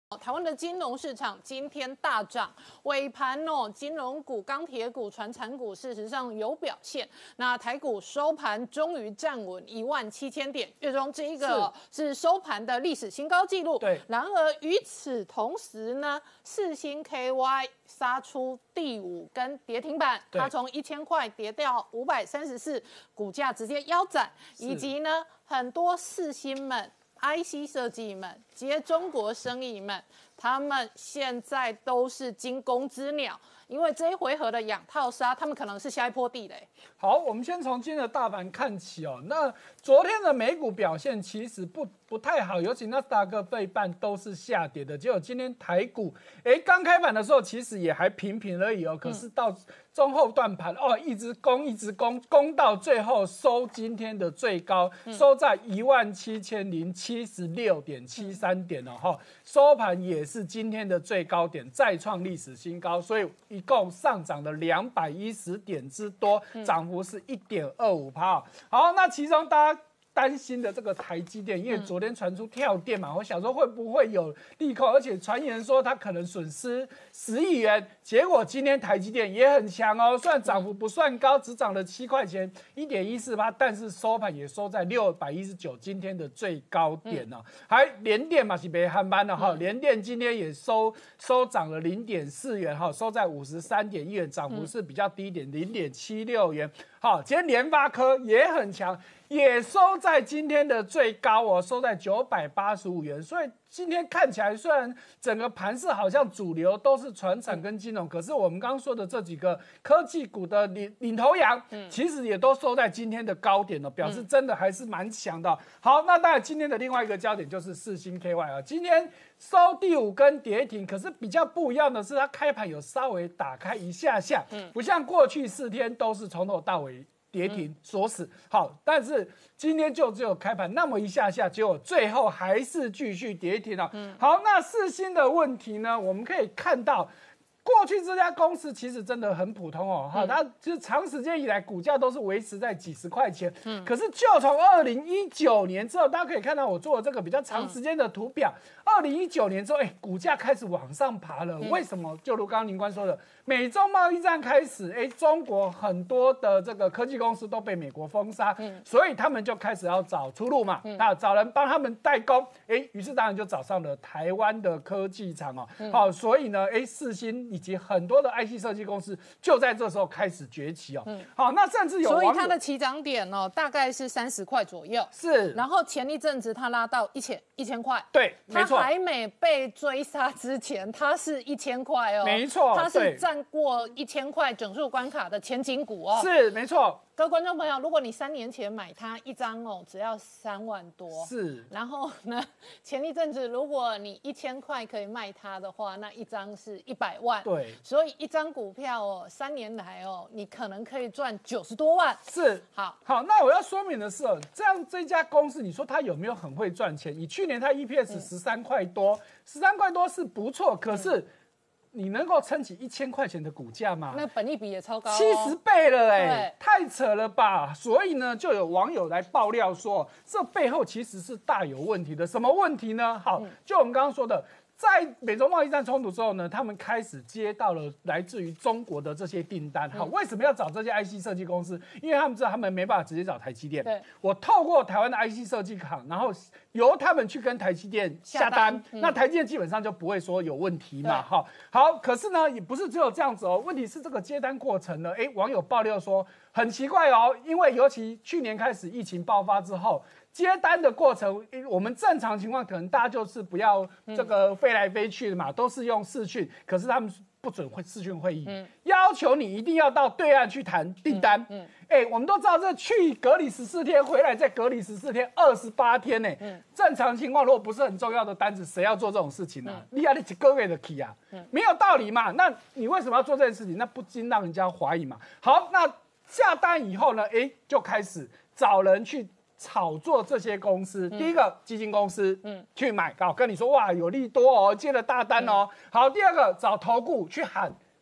台湾的金融市场今天大涨，尾盘金融股、钢铁股、传产股事实上有表现。那台股收盘终于站稳17000点，月中这一个是收盘的历史新高纪录。 对。 然而与此同时呢，世芯 KY 杀出第5根跌停板，它从1000块跌掉534，股价直接腰斩，以及呢很多世芯们。IC 设计们、接中国生意们，他们现在都是惊弓之鸟，因为这一回合的养套杀，他们可能是下一波地雷。 好，我们先从今天的大盘看起哦。那昨天的美股表现其实不太好，尤其纳斯达克、费半都是下跌的。结果今天台股，刚开盘的时候其实也还平平而已哦。可是到中后段盘一直攻到最后收今天的最高，收在17076.73点哦哈。收盘也是今天的最高点，再创历史新高，所以一共上涨了210点之多，涨幅是1.25%。好，那其中大家担心的这个台积电，因为昨天传出跳电嘛，我想说会不会有利空，而且传言说它可能损失10亿元，结果今天台积电也很强哦，虽然涨幅不算高，只涨了7块钱，1.148%，但是收盘也收在619，今天的最高点哦。还联电嘛是没喊班的哈，联电今天也收涨了0.4元哈，收在53.1元，涨幅是比较低一点，0.76元。好，今天联发科也很强。也收在今天的最高哦，收在985元。所以今天看起来，虽然整个盘势好像主流都是传产跟金融，可是我们刚刚说的这几个科技股的领头羊，其实也都收在今天的高点哦，表示真的还是蛮强的。好，那当然今天的另外一个焦点就是世芯 KY 啊，今天收第5根跌停，可是比较不一样的是，它开盘有稍微打开一下下，不像过去4天都是从头到尾跌停锁死。好，但是今天就只有开盘那么一下下，结果最后还是继续跌停了。好，那世芯的问题呢，我们可以看到过去这家公司其实真的很普通哦，它就是长时间以来股价都是维持在几十块钱，可是就从2019年之后，大家可以看到我做的这个比较长时间的图表，2019年之后，股价开始往上爬了。为什么？就如刚刚宁官说的，美中贸易战开始，中国很多的这个科技公司都被美国封杀，所以他们就开始要找出路嘛，那找人帮他们代工，于是当然就找上了台湾的科技厂哦，好，所以呢，世芯以及很多的 IC 设计公司就在这时候开始崛起哦。好，那甚至有所以它的起涨点大概是30块左右， 是。 然后前一阵子它拉到1000块， 对，没错。 它还没被追杀之前，它是1000块哦， 没错， 它是站过1000块整数关卡的前景股哦， 是没错。 各位观众朋友，如果你3年前买它一张只要3万多， 是。 然后呢，前一阵子如果你1000块可以卖它的话，那一张是100万。 对。 所以一张股票3年来你可能可以赚90多万。 是。好，那我要说明的是这家公司，你说它有没有很会赚钱？以去年它 EPS 13块多，13块多是不错，可是你能够撑起1000块钱的股价吗？ 那本益比也超高 ，70倍了太扯了吧！所以呢，就有网友来爆料说，这背后其实是大有问题的。什么问题呢？好，就我们刚刚说的。在美中贸易战冲突之后呢，他们开始接到了来自于中国的这些订单。好，为什么要找这些 IC 设计公司？因为他们知道他们没办法直接找台积电。 对， 我透过台湾的 IC 设计厂，然后由他们去跟台积电下单，那台积电基本上就不会说有问题嘛。好，可是呢，也不是只有这样子哦。问题是这个接单过程呢，网友爆料说很奇怪哦，因为尤其去年开始疫情爆发之后。接单的过程，我们正常情况可能大家就是不要这个飞来飞去的嘛，都是用视讯。可是他们不准视讯会议，要求你一定要到对岸去谈订单。我们都知道这去隔离14天，回来再隔离14天，28天呢。正常情况如果不是很重要的单子，谁要做这种事情呢？你要你几个月的期啊，没有道理嘛。那你为什么要做这件事情？那不禁让人家怀疑嘛。好，那下单以后呢，就开始找人去。炒作这些公司，第一个基金公司，去买，跟你说哇有利多哦，接了大单哦。好，第二个找投顾去喊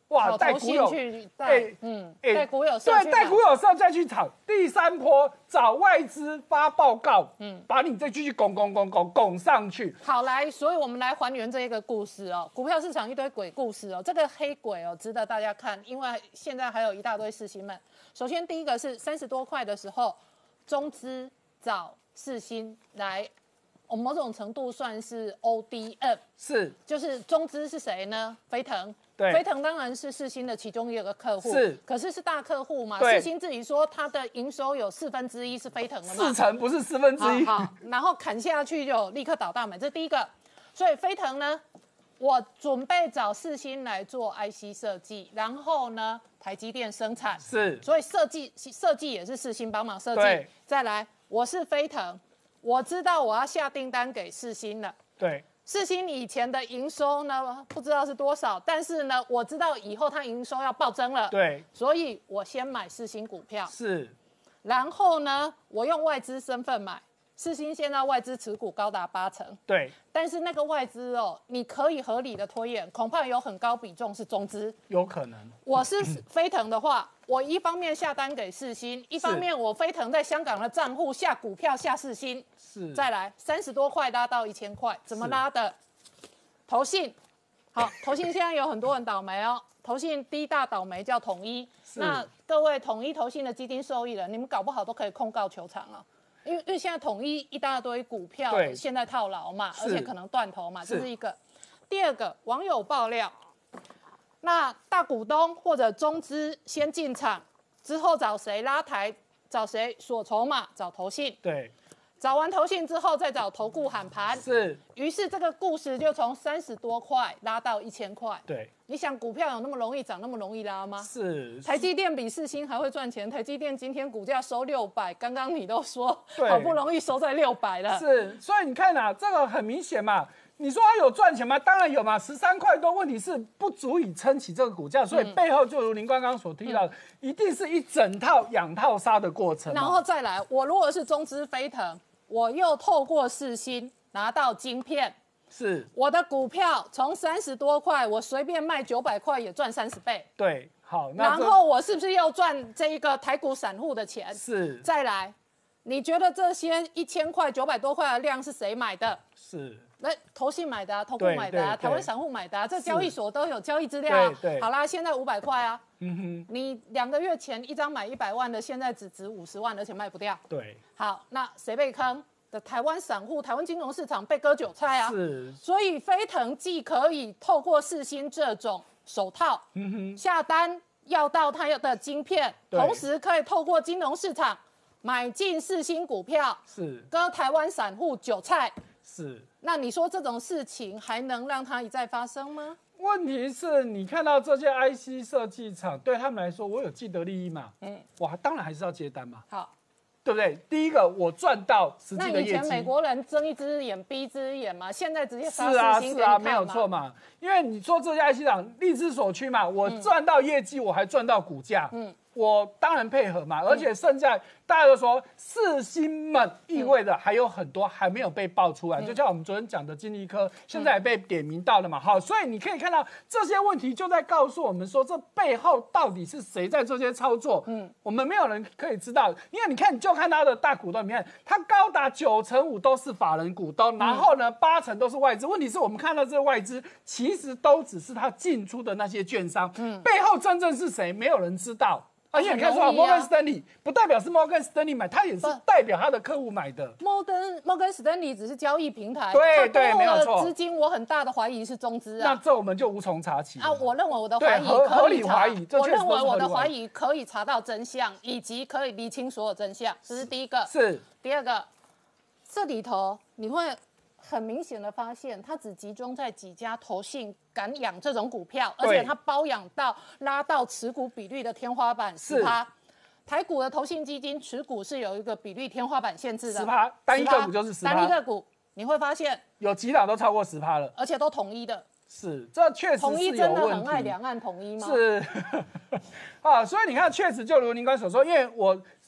哇，带股友带股友对，带股友社再去炒。第3波找外资发报告，把你再继续拱上去。 好，来，所以我们来还原这一个故事哦，股票市场一堆鬼故事哦，这个黑鬼哦值得大家看，因为现在还有一大堆世新们。首先第一个是30多块的时候，中资找世新来。某种程度算是 ODM， 是， 就是中资是谁呢？飞腾， 对， 飞腾当然是世新的其中一个客户，可是大客户嘛。世新自己说它的营收有1/4是飞腾的嘛 ，40%不是1/4。 好，然后砍下去就立刻倒大买，这是第一个。所以飞腾呢，我准备找世新来做 IC 设计，然后呢，台积电生产， 是， 所以设计也是世新帮忙设计。再来，我是飞腾。我知道我要下订单给世新了。 对， 世新以前的营收呢，不知道是多少，但是呢，我知道以后它营收要暴增了。 对， 所以我先买世新股票。 是， 然后呢，我用外资身份买。世新现在外资持股高达80%。 对， 但是那个外资哦，你可以合理的推演，恐怕有很高比重是中资。 有可能。 我是飞腾的话，我一方面下单给世新，一方面我飞腾在香港的账户下股票下世新。 是。再来30多块拉到1000块，怎么拉的？投信，好，投信现在有很多人倒霉哦。投信第一大倒霉叫统一，那各位统一投信的基金受益人，你们搞不好都可以控告球场啊。因为现在统一一大堆股票现在套牢嘛，而且可能断头嘛，这是一个。第二个，网友爆料，那大股东或者中资先进场，之后找谁拉抬，找谁锁筹码，找投信。 对。 找完投信之后，再找投顾喊盘。 是。 于是这个故事就从30多块拉到1000块。 对。 你想股票有那么容易涨，那么容易拉吗？ 是。 台积电比世新还会赚钱。台积电今天股价收600，刚刚你都说好不容易收在600了。 是，所以你看啊，这个很明显嘛。你说它有赚钱吗？当然有嘛，13块多，问题是不足以撑起这个股价，所以背后就如您刚刚所提到的，一定是一整套养套杀的过程。 然后再来，我如果是中资飞腾，我又透过世新拿到晶片。 是， 我的股票从30多块，我随便卖900块也赚30倍。 对，好，那然后我是不是又赚这一个台股散户的钱？ 是。 再来，你觉得这些1000块、900多块的量是谁买的？ 是。 那投信买的啊，投顾买的啊，台湾散户买的啊，这交易所都有交易资料啊。 对。 好啦，现在500块啊。你2个月前一张买100万的，现在只值50万，而且卖不掉。 对。 好，那谁被坑？的台湾散户、台湾金融市场被割韭菜啊， 是， 所以飞腾既可以透过世新这种手套，下单要到它的晶片，同时可以透过金融市场买进世新股票， 是割台湾散户韭菜， 是。 那你说这种事情还能让它一再发生吗？ 问题是你看到这些 IC 设计厂对他们来说，我有既得利益嘛？哇，当然还是要接单嘛。 好。 对不对？第一个我赚到实际的业绩。 那以前美国人睁一只眼闭一只眼嘛，现在直接杀世新是啊，没有错嘛。因为你说这些 IC 厂力之所趋嘛，我赚到业绩，我还赚到股价，我当然配合嘛。而且剩下大家都说世新们意味着还有很多还没有被爆出来，就像我们昨天讲的金利科，现在也被点名到了嘛。好，所以你可以看到这些问题就在告诉我们说，这背后到底是谁在这些操作？我们没有人可以知道，因为你看，你就看他的大股东，你看他高达95%都是法人股东，然后呢8%都是外资。问题是我们看到这些外资其实都只是他进出的那些券商，背后真正是谁，没有人知道。而且你看说摩根士丹利不代表是摩根士丹利买，他也是代表他的客户买的。 摩根士丹利只是交易平台， 对，没有错。 资金我很大的怀疑是中资啊， 那这我们就无从查起啊。我认为我的怀疑合理怀疑， 我认为我的怀疑可以查到真相，以及可以厘清所有真相，这是第一个。 是第二个，这里头你会很明显的发现，它只集中在几家投信敢养这种股票，而且它包养到拉到持股比率的天花板10%。台股的投信基金持股是有一个比率天花板限制的 ，10%，单一个股就是10%， 单一个股你会发现有几档都超过10%了， 而且都统一的。 是，这确实是有问题。 统一真的很爱两岸统一吗？ 是，啊，所以你看，确实就如您刚才所说，因为我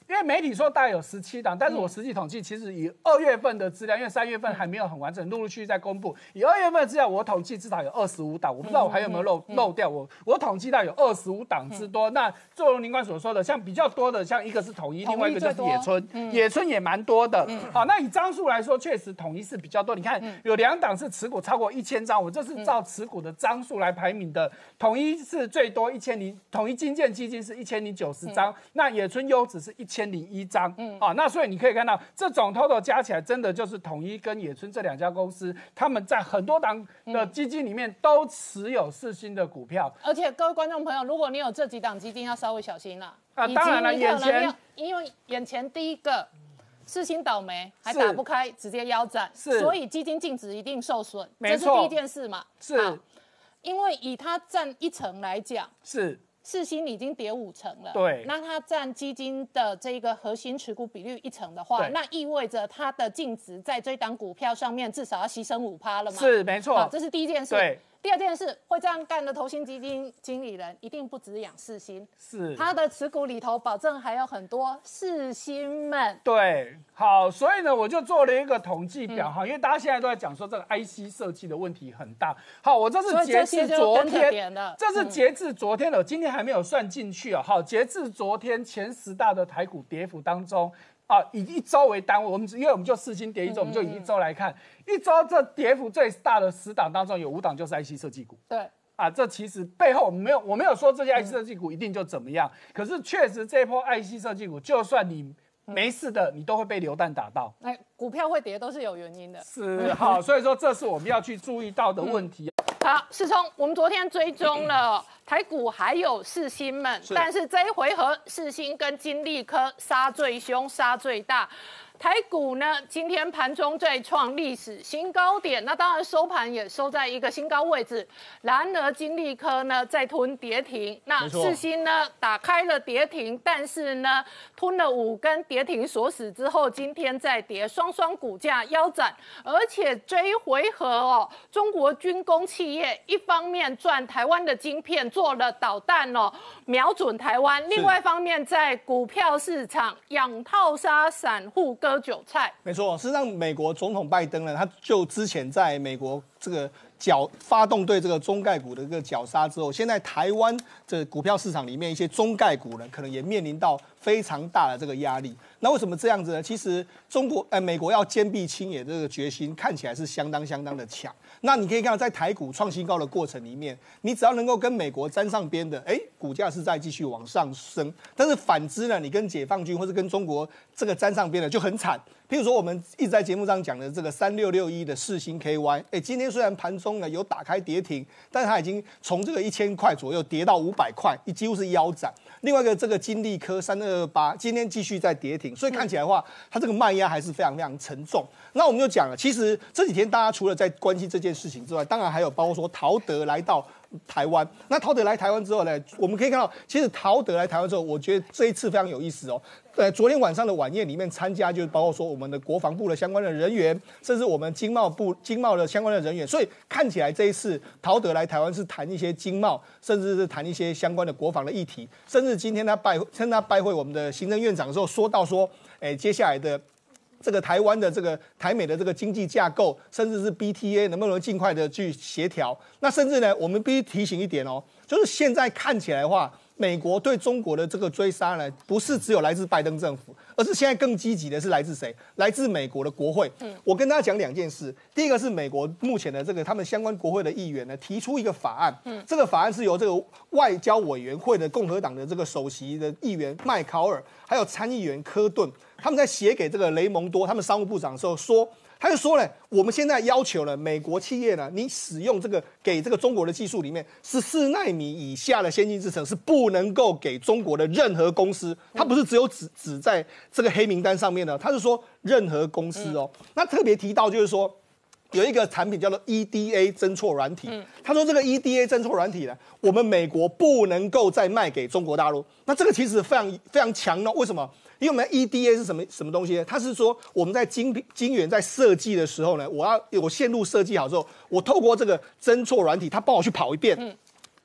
因为媒体说大概有17档，但是我实际统计，其实以2月份的资料，因为3月份还没有很完整，陆续在公布。以2月份的资料，我统计至少有25档，我不知道我还有没有漏掉。我统计到有25档之多。那正如您刚所说的，像比较多的，像一个是统一，另外一个就是野村，野村也蛮多的。好，那以张数来说，确实统一是比较多。你看有2档是持股超过1000张，我这是照持股的张数来排名的。统一是最多1000，统一金建基金是1090张，那野村优质是1001张。那所以你可以看到，这总 total 加起来，真的就是统一跟野村这2家公司，他们在很多档的基金里面都持有世新的股票。 而且各位观众朋友，如果你有这几档基金，要稍微小心啦。 当然了， 因为眼前第一个世新倒霉，还打不开，直接腰斩，所以基金净值一定受损，这是第一件事嘛。 是， 因为以它占1成来讲，世新已经跌5成了， 对， 那它占基金的这个核心持股比率1成的话，那意味着它的净值在这档股票上面至少要牺牲5%了嘛？ 是，没错， 这是第一件事。对。第二件事，会这样干的投信基金经理人一定不只养世新， 是他的持股里头保证还有很多世新们。 对，好，所以呢，我就做了一个统计表哈，因为大家现在都在讲说这个 IC 设计的问题很大。好，我这是截至昨天，这是截至昨天的，今天还没有算进去啊。好，截至昨天前10大的台股跌幅当中。以1周为单位，因为我们就世新跌1周，我们就以1周来看，1周这跌幅最大的10档当中，有5档就是 IC 设计股。 对， 这其实背后我没有说这些 IC 设计股一定就怎么样，可是确实这一波 IC 设计股，就算你没事的，你都会被流弹打到。 股票会跌都是有原因的。 是，好，所以说这是我们要去注意到的问题。 好，世聪，我们昨天追踪了台股还有世新们，但是这一回合世新跟金利科杀最凶，杀最大。台股呢，今天盘中再创历史新高点，那当然收盘也收在一个新高位置。然而金利科呢再吞跌停，那世新呢打开了跌停，但是呢吞了5根跌停锁死之后，今天再跌，双股价腰斩。而且这一回合中国军工企业一方面赚台湾的晶片，做了导弹瞄准台湾；另外一方面在股票市场养套杀散户割韭菜。 没错，事实上，美国总统拜登呢，他就之前在美国这个发动对这个中概股的这个绞杀之后，现在台湾这股票市场里面一些中概股呢，可能也面临到非常大的这个压力。那为什么这样子呢？其实美国要坚壁清野这个决心看起来是相当的强。那你可以看到，在台股创新高的过程里面，你只要能够跟美国沾上边的，股价是在继续往上升。但是反之呢，你跟解放军或是跟中国这个沾上边的就很惨。譬如说，我们一直在节目上讲的这个3661的世新 KY， 今天虽然盘中呢有打开跌停，但是它已经从这个1000块左右跌到500块，几乎是腰斩。另外一个这个金利科3228，今天继续在跌停，所以看起来的话，它这个卖压还是非常沉重。那我们就讲了，其实这几天大家除了在关心这件事情之外，当然还有包括说陶德来到台湾。那陶德来台湾之后呢，我们可以看到，其实陶德来台湾之后，我觉得这一次非常有意思哦。昨天晚上的晚宴里面参加，就是包括说我们的国防部的相关的人员，甚至我们经贸的相关的人员。所以看起来这一次陶德来台湾是谈一些经贸，甚至是谈一些相关的国防的议题。甚至今天他拜会我们的行政院长的时候，说到说，接下来的这个台湾的这个台美的这个经济架构，甚至是 BTA 能不能尽快的去协调？那甚至呢，我们必须提醒一点哦，就是现在看起来的话，美国对中国的这个追杀呢，不是只有来自拜登政府，而是现在更积极的是来自谁？来自美国的国会。我跟大家讲2件事。第一个是美国目前的这个他们相关国会的议员呢，提出一个法案。这个法案是由这个外交委员会的共和党的这个首席的议员麦考尔，还有参议员科顿，他们在写给这个雷蒙多他们商务部长的时候说。他就说呢，我们现在要求了美国企业呢，你使用这个给这个中国的技术里面14奈米以下的先进制程是不能够给中国的任何公司，它不是只有指在这个黑名单上面的，他是说任何公司哦。那特别提到就是说。有一个产品叫做 EDA 侦错软体，他说这个 EDA 侦错软体呢，我们美国不能够再卖给中国大陆。那这个其实非常强哦，为什么？因为我们的 EDA 是什么东西呢？它是说我们在晶圆在设计的时候呢，我线路设计好之后，我透过这个侦错软体，它帮我去跑一遍。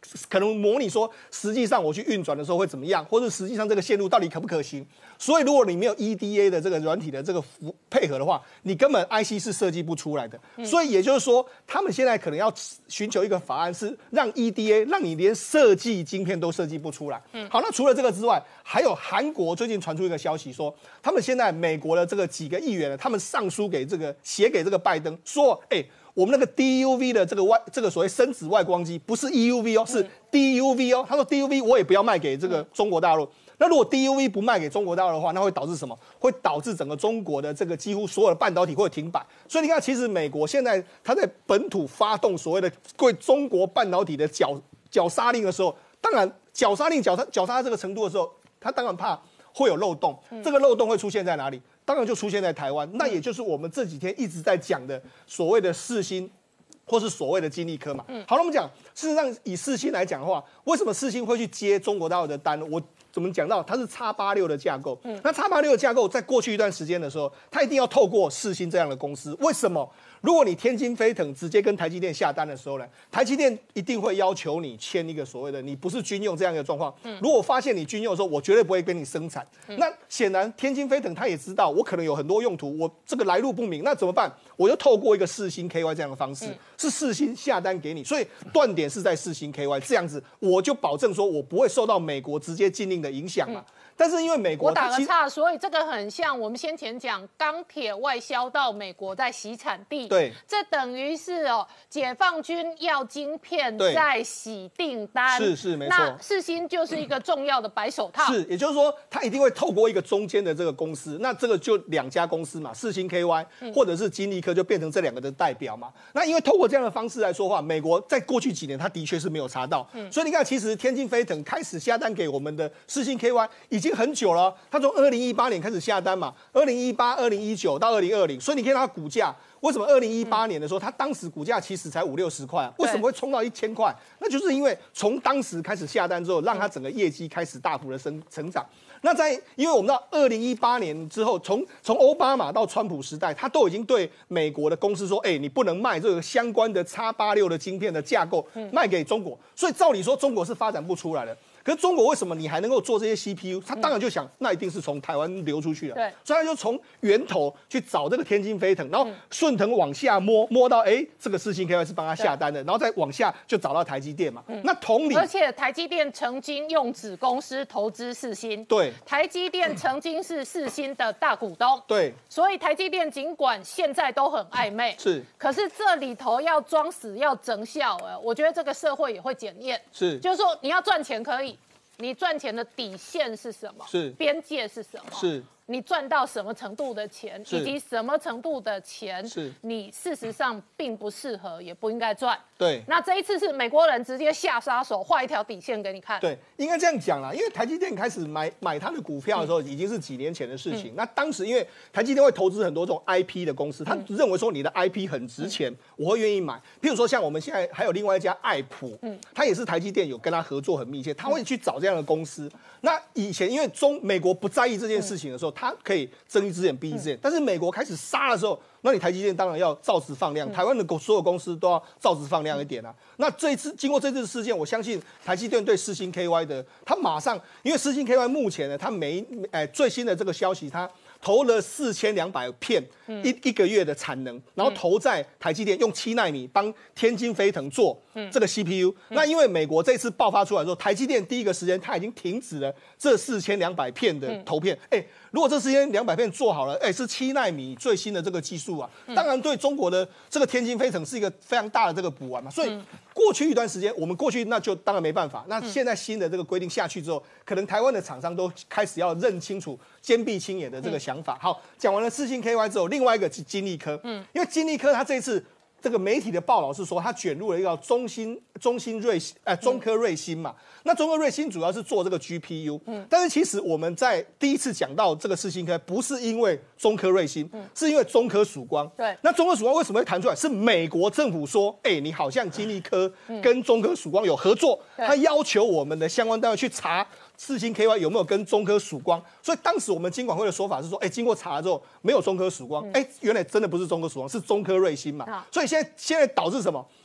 可能模拟说，实际上我去运转的时候会怎么样，或者实际上这个线路到底可不可行。所以如果你没有 EDA 的这个软体的这个配合的话，你根本 IC 是设计不出来的。所以也就是说，他们现在可能要寻求一个法案，是让 EDA 让你连设计晶片都设计不出来。好，那除了这个之外，还有韩国最近传出一个消息说，他们现在美国的这个几个议员呢，他们上书给写给这个拜登说，我们那个 DUV 的这个所谓深紫外光机不是 EUV 哦，是 DUV 哦。他说 DUV 我也不要卖给这个中国大陆。那如果 DUV 不卖给中国大陆的话，那会导致什么？会导致整个中国的这个几乎所有的半导体会停摆。所以你看，其实美国现在它在本土发动所谓的对中国半导体的绞杀令的时候，当然绞杀到这个程度的时候，他当然怕会有漏洞。这个漏洞会出现在哪里？当然就出现在台湾，那也就是我们这几天一直在讲的所谓的世芯，或是所谓的金立科嘛。好了，我们讲，事实上以世芯来讲的话，为什么世芯会去接中国大陆的单？我怎么讲到它是 X86 的架构？那 X86 的架构在过去一段时间的时候，它一定要透过世芯这样的公司。为什么？如果你天津飞腾直接跟台积电下单的时候呢，台积电一定会要求你签一个所谓的你不是军用这样一个状况。如果发现你军用的时候，我绝对不会跟你生产。那显然天津飞腾他也知道我可能有很多用途，我这个来路不明，那怎么办？我就透过一个世芯 KY 这样的方式，是世芯下单给你，所以断点是在世芯 KY 这样子，我就保证说我不会受到美国直接禁令的影响嘛。但是因为美国， 我打个岔，所以这个很像我们先前讲钢铁外销到美国再洗产地， 对， 这等于是解放军要晶片再洗订单， 是没错。 那世芯就是一个重要的白手套， 是，也就是说，它一定会透过一个中间的这个公司，那这个就两家公司嘛，世芯 KY 或者是金立科就变成这两个的代表嘛。那因为透过这样的方式来说话，美国在过去几年它的确是没有查到，所以你看，其实天津飞腾开始下单给我们的世芯 KY。已经很久了，他从2018年开始下单嘛，2018、2019到2020，所以你看它股价，为什么2018年的时候，它当时股价其实才50-60块，为什么会冲到1000块？那就是因为从当时开始下单之后，让它整个业绩开始大幅的成长。那因为我们知道2018年之后，从奥巴马到川普时代，他都已经对美国的公司说，你不能卖这个相关的 X86 的晶片的架构卖给中国，所以照理说中国是发展不出来的。可是中国为什么你还能够做这些 CPU？ 他当然就想，那一定是从台湾流出去的，所以他就从源头去找这个天津飞腾，然后顺藤往下摸到，这个世芯 KY 是帮他下单的，然后再往下就找到台积电嘛。那同理， 而且台积电曾经用子公司投资世芯， 对， 台积电曾经是世芯的大股东， 对， 所以台积电尽管现在都很暧昧， 是， 可是这里头要装死要整效，我觉得这个社会也会检验， 是， 就是说你要赚钱可以。你赚钱的底线是什么？ 是边界是什么？ 是你赚到什么程度的钱，以及什么程度的钱， 是你事实上并不适合，也不应该赚。 对， 那这一次是美国人直接下杀手，画一条底线给你看。 对，应该这样讲啦，因为台积电开始买它的股票的时候，已经是几年前的事情。那当时因为台积电会投资很多这种 IP 的公司，他认为说你的 IP 很值钱，我会愿意买。譬如说像我们现在还有另外一家爱普，它也是台积电有跟他合作很密切，他会去找这样的公司。那以前因为美国不在意这件事情的时候，他可以睁一只眼闭一只眼，但是美国开始杀的时候，那你台积电当然要照实放量，台湾的所有公司都要照实放量一点啊。那经过这次事件，我相信台积电对世芯 KY 的，他马上，因为世芯 KY 目前呢，它最新的这个消息，它投了4200片一个月的产能，然后投在台积电用7奈米帮天津飞腾做这个 CPU。那因为美国这次爆发出来之后，台积电第一个时间它已经停止了这4200片的投片。如果这4200片做好了，是7奈米最新的这个技术啊，当然对中国的这个天津飞腾是一个非常大的这个补完嘛。所以过去一段时间，我们过去那就当然没办法。那现在新的这个规定下去之后，可能台湾的厂商都开始要认清楚坚壁清野的这个想法。好，讲完了世芯 KY 之后，另外一个是金立科，因为金立科它这一次这个媒体的报道是说，它卷入了一个中科瑞芯嘛。那中科瑞芯主要是做这个 GPU，但是其实我们在第一次讲到这个世芯科，不是因为中科瑞芯，是因为中科曙光。 对， 那中科曙光为什么会弹出来？是美国政府说，你好像金立科跟中科曙光有合作，他要求我们的相关单位去查世芯 KY 有没有跟中科曙光，所以当时我们金管会的说法是说，经过查之后没有中科曙光，原来真的不是中科曙光，是中科瑞芯嘛。所以现在导致什么？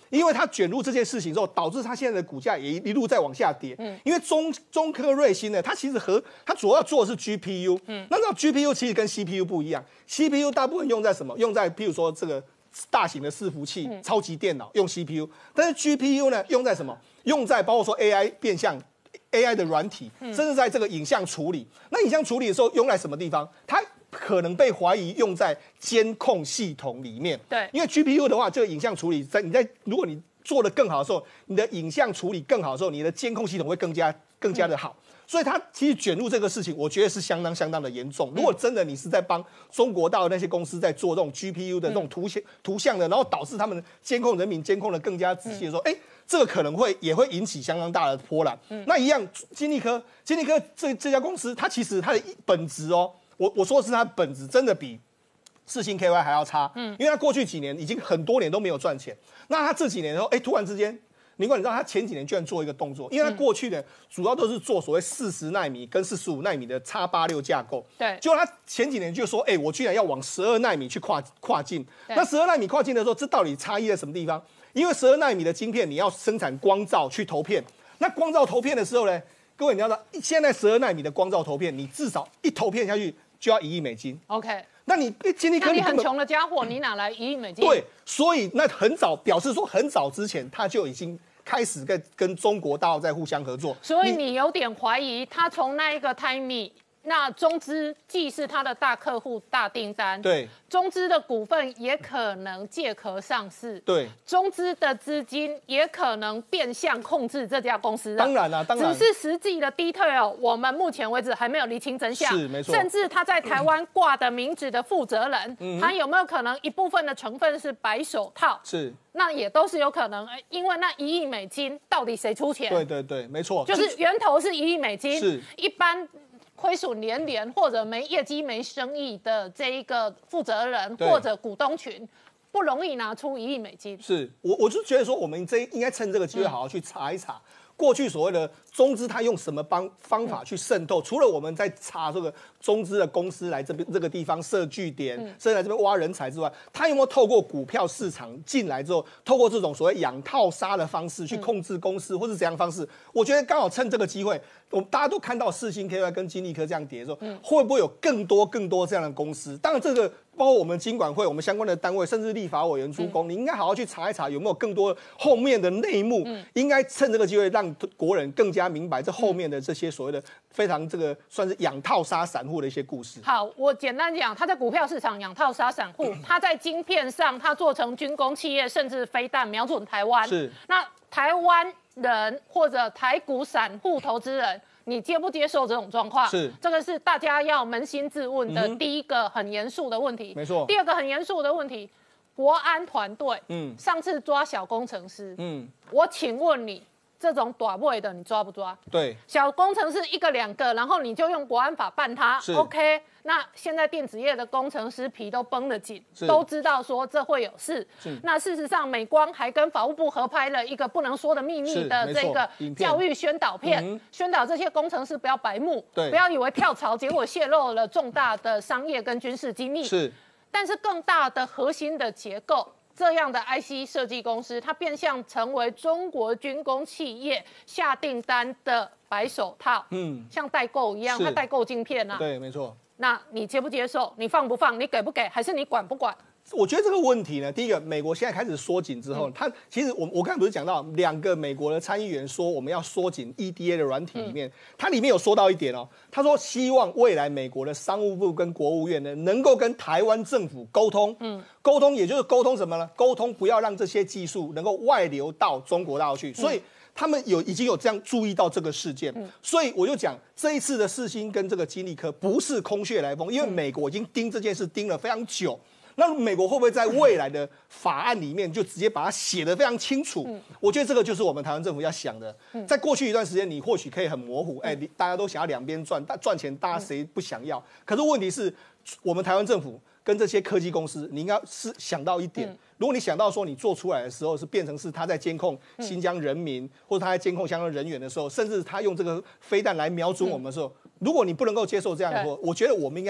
因为它卷入这件事情之后，导致它现在的股价也一路在往下跌。因为中科瑞芯呢，它其实它主要做的是 GPU。那 GPU 其实跟 CPU 不一样 ，CPU 大部分用在什么？用在譬如说这个大型的伺服器、超级电脑用 CPU， 但是 GPU 呢用在什么？用在包括说 AI 变相。AI 的软体，甚至在这个影像处理。那影像处理的时候用在什么地方？它可能被怀疑用在监控系统里面。 对， 因为 GPU 的话，这个影像处理如果你做得更好的时候，你的影像处理更好的时候，你的监控系统会更加的好。所以它其实卷入这个事情，我觉得是相当的严重。如果真的你是在帮中国大陆那些公司在做这种 GPU 的这种图像的，然后导致他们监控人民监控的更加仔细的时候，这个可能也会引起相当大的波澜。那一样，金立科这家公司，它其实它的本质哦，我说的是它的本质真的比世芯 KY 还要差。因为它过去几年已经很多年都没有赚钱，那它这几年的时候，突然之间。你知道他前几年居然做一个动作，因为他过去呢主要都是做所谓40奈米跟45奈米的 X86架构， 对， 结果他前几年就说，我居然要往12奈米去跨境。那12奈米跨境的时候，这到底差异在什么地方？因为12奈米的晶片你要生产光罩去投片，那光罩投片的时候呢，各位你要知道，现在12奈米的光罩投片，你至少一投片下去就要1亿美金。 OK。 那你金立科， 你很穷的家伙，你哪来1亿美金？ 对，所以那表示说很早之前他就已经开始跟中国大陆在互相合作。 所以你有点怀疑他从那一个 timing， 那中资既是他的大客户、大订单， 对， 中资的股份也可能借壳上市， 对， 中资的资金也可能变相控制这家公司。 当然啦，当然， 只是实际的 detail， 我们目前为止还没有厘清真相。 是没错， 甚至他在台湾挂的名字的负责人，他有没有可能一部分的成分是白手套？ 是。 那也都是有可能，因为那1亿美金到底谁出钱？ 对，没错， 就是源头是1亿美金， 是一般亏损连连或者没业绩、没生意的这一个负责人或者股东群，不容易拿出1亿美金。 是我就觉得说，我们应该趁这个机会好好去查一查。过去所谓的中资，它用什么方法去渗透？除了我们在查这个中资的公司来这个地方设据点，甚至来这边挖人才之外，它有没有透过股票市场进来之后，透过这种所谓养套杀的方式去控制公司，或是怎样方式？我觉得刚好趁这个机会，大家都看到世芯 KY 跟金立科这样跌的时候，会不会有更多这样的公司？当然这个。包括我们金管会、我们相关的单位，甚至立法委员出工，你应该好好去查一查，有没有更多后面的内幕。应该趁这个机会，让国人更加明白这后面的这些所谓的非常这个算是养套杀散户的一些故事。 好，我简单讲，他在股票市场养套杀散户，他在晶片上，他做成军工企业，甚至飞弹瞄准台湾。 是， 那台湾人或者台股散户投资人。你接不接受这种状况？ 是， 这个是大家要扪心自问的第一个很严肃的问题。 没错。 第二个很严肃的问题，国安团队，上次抓小工程师，我请问你，这种短位的你抓不抓？ 对， 小工程师1个2个，然后你就用国安法办他 ，OK？ 那现在电子业的工程师皮都绷得紧，都知道说这会有事。那事实上，美光还跟法务部合拍了一个不能说的秘密的这个教育宣导片，宣导这些工程师不要白目，不要以为跳槽，结果泄露了重大的商业跟军事机密。 是， 但是更大的核心的结构。这样的 IC 设计公司，它变相成为中国军工企业下订单的白手套，像代购一样，它代购晶片啊。 对，没错。 那你接不接受？你放不放？你给不给？还是你管不管？ 我觉得这个问题呢，第一个，美国现在开始缩紧之后，它其实我刚才不是讲到2个美国的参议员说我们要缩紧 EDA 的软体里面，它里面有说到一点哦，他说希望未来美国的商务部跟国务院呢能够跟台湾政府沟通，沟通也就是沟通什么呢？沟通不要让这些技术能够外流到中国大陆去，所以。他们已经有这样注意到这个事件，所以我就讲这一次的世芯跟这个金立科不是空穴来风，因为美国已经盯这件事盯了非常久。那美国会不会在未来的法案里面就直接把它写得非常清楚？我觉得这个就是我们台湾政府要想的。在过去一段时间，你或许可以很模糊，大家都想要两边赚钱，大家谁不想要？可是问题是，我们台湾政府跟这些科技公司，你应该是想到一点。如果你想到说你做出来的时候是变成是他在监控新疆人民，或者他在监控相关人员的时候，甚至他用这个飞弹来瞄准我们的时候，如果你不能够接受这样的话，我觉得我们应该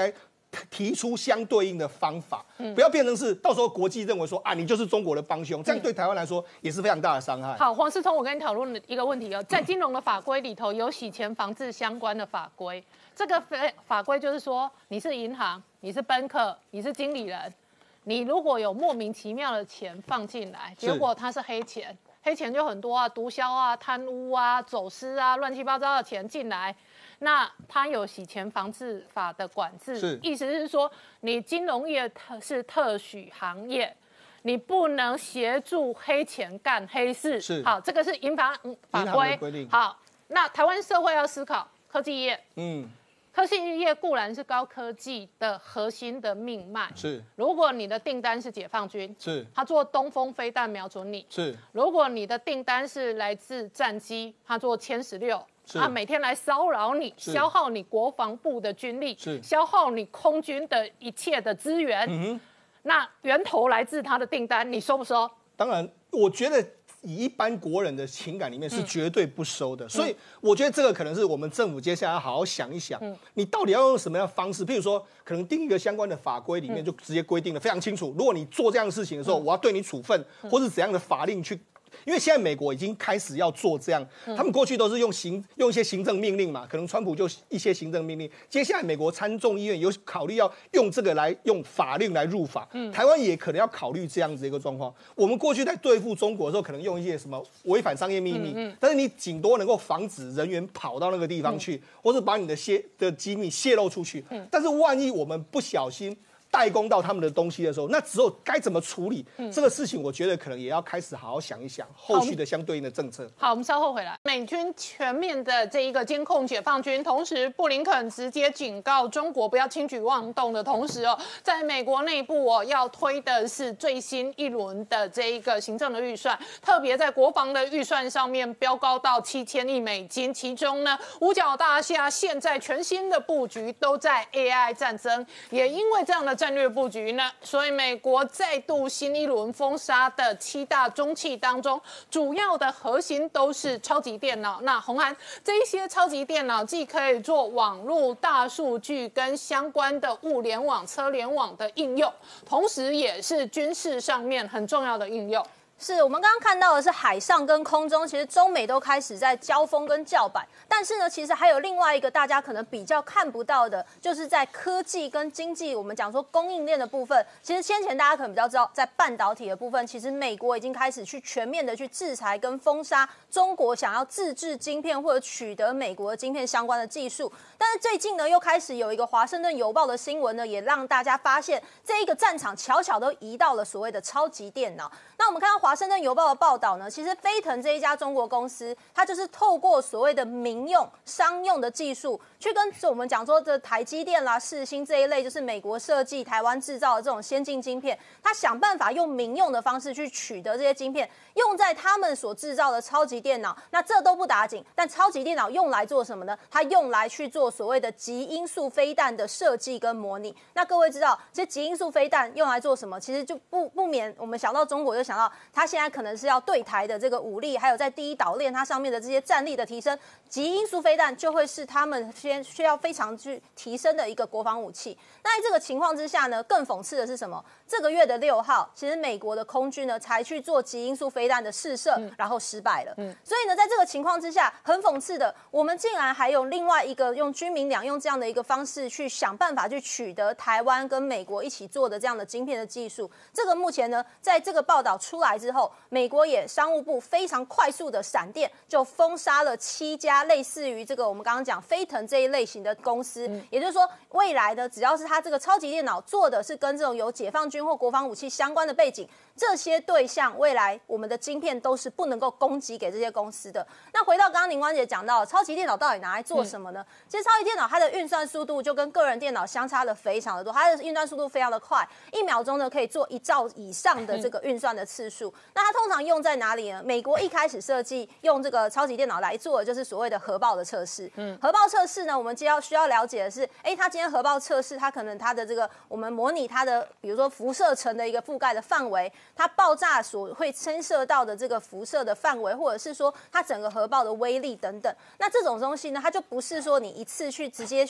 提出相对应的方法，不要变成是到时候国际认为说啊，你就是中国的帮凶，这样对台湾来说也是非常大的伤害。 好，黄世聪，我跟你讨论一个问题哦，在金融的法规里头有洗钱防治相关的法规，这个法规就是说，你是银行，你是本客，你是经理人，你如果有莫名其妙的钱放进来，结果它是黑钱，黑钱就很多啊，毒枭啊、贪污啊、走私啊，乱七八糟的钱进来。那它有洗钱防治法的管制，意思是说，你金融业是特许行业，你不能协助黑钱干黑事。 是， 好，这个是银法规。好，那台湾社会要思考科技业。科技业固然是高科技的核心的命脉， 是。如果你的订单是解放军， 是， 他做东风飞弹瞄准你， 是。 如果你的订单是来自战机，他做歼16。他每天来骚扰你，消耗你国防部的军力，消耗你空军的一切的资源。那源头来自他的订单，你收不收？ 当然，我觉得以一般国人的情感里面是绝对不收的。所以我觉得这个可能是我们政府接下来要好好想一想，你到底要用什么样的方式？譬如说，可能定一个相关的法规里面就直接规定的非常清楚，如果你做这样的事情的时候，我要对你处分，或是怎样的法令去。因为现在美国已经开始要做这样，他们过去都是用一些行政命令嘛，可能川普就一些行政命令。接下来美国参众议院有考虑要用这个来用法令来入法，台湾也可能要考虑这样子的一个状况。我们过去在对付中国的时候，可能用一些什么违反商业秘密，但是你顶多能够防止人员跑到那个地方去，或是把你的机密泄露出去。但是万一我们不小心代工到他们的东西的时候，那之后该怎么处理这个事情？我觉得可能也要开始好好想一想后续的相对应的政策。 好，我们稍后回来。美军全面的这一个监控解放军，同时布林肯直接警告中国不要轻举妄动的同时哦，在美国内部哦要推的是最新一轮的这一个行政的预算，特别在国防的预算上面飙高到7000亿美金，其中呢五角大厦现在全新的布局都在 AI 战争，也因为这样的战略布局呢，所以美国再度新一轮封杀的7大中企当中，主要的核心都是超级电脑。那鸿涵，这一些超级电脑既可以做网络、大数据跟相关的物联网、车联网的应用，同时也是军事上面很重要的应用。 是我们刚刚看到的是海上跟空中，其实中美都开始在交锋跟叫板。但是呢，其实还有另外一个大家可能比较看不到的，就是在科技跟经济，我们讲说供应链的部分。其实先前大家可能比较知道，在半导体的部分，其实美国已经开始去全面的去制裁跟封杀中国想要自制晶片或者取得美国的晶片相关的技术。但是最近呢，又开始有一个华盛顿邮报的新闻呢，也让大家发现这一个战场悄悄都移到了所谓的超级电脑。那我们看到华盛顿邮报的报道呢，其实飞腾这一家中国公司，它就是透过所谓的民用、商用的技术，去跟我们讲说的台积电啦、世芯这一类，就是美国设计、台湾制造的这种先进晶片，它想办法用民用的方式去取得这些晶片，用在他们所制造的超级电脑。那这都不打紧，但超级电脑用来做什么呢？它用来去做所谓的极音速飞弹的设计跟模拟。那各位知道，其实极音速飞弹用来做什么？其实就不免我们想到中国，就想到它现在可能是要对台的这个武力，还有在第一岛链它上面的这些战力的提升，极音速飞弹就会是他们先需要非常去提升的一个国防武器。那在这个情况之下呢，更讽刺的是什么？这个月的6号，其实美国的空军呢才去做极音速飞弹的试射，然后失败了。所以呢，在这个情况之下，很讽刺的，我们竟然还有另外一个用军民两用这样的一个方式去想办法去取得台湾跟美国一起做的这样的晶片的技术。这个目前呢，在这个报道出来之后，美国也商务部非常快速的闪电就封杀了7家类似于这个我们刚刚讲飞腾这一类型的公司。也就是说，未来呢，只要是它这个超级电脑做的是跟这种有解放军或国防武器相关的背景，这些对象未来我们的晶片都是不能够供给给这些公司的。那回到刚刚宁官姐讲到，超级电脑到底拿来做什么呢？其实超级电脑它的运算速度就跟个人电脑相差的非常的多，它的运算速度非常的快，1秒钟呢可以做1兆以上的这个运算的次数。那它通常用在哪里呢？美国一开始设计用这个超级电脑来做的就是所谓的核爆的测试。核爆测试呢，我们需要了解的是，它今天核爆测试，它可能它的这个我们模拟它的，比如说辐射层的一个覆盖的范围，它爆炸所会牵涉到的这个辐射的范围，或者是说它整个核爆的威力等等。那这种东西呢，它就不是说你一次去直接去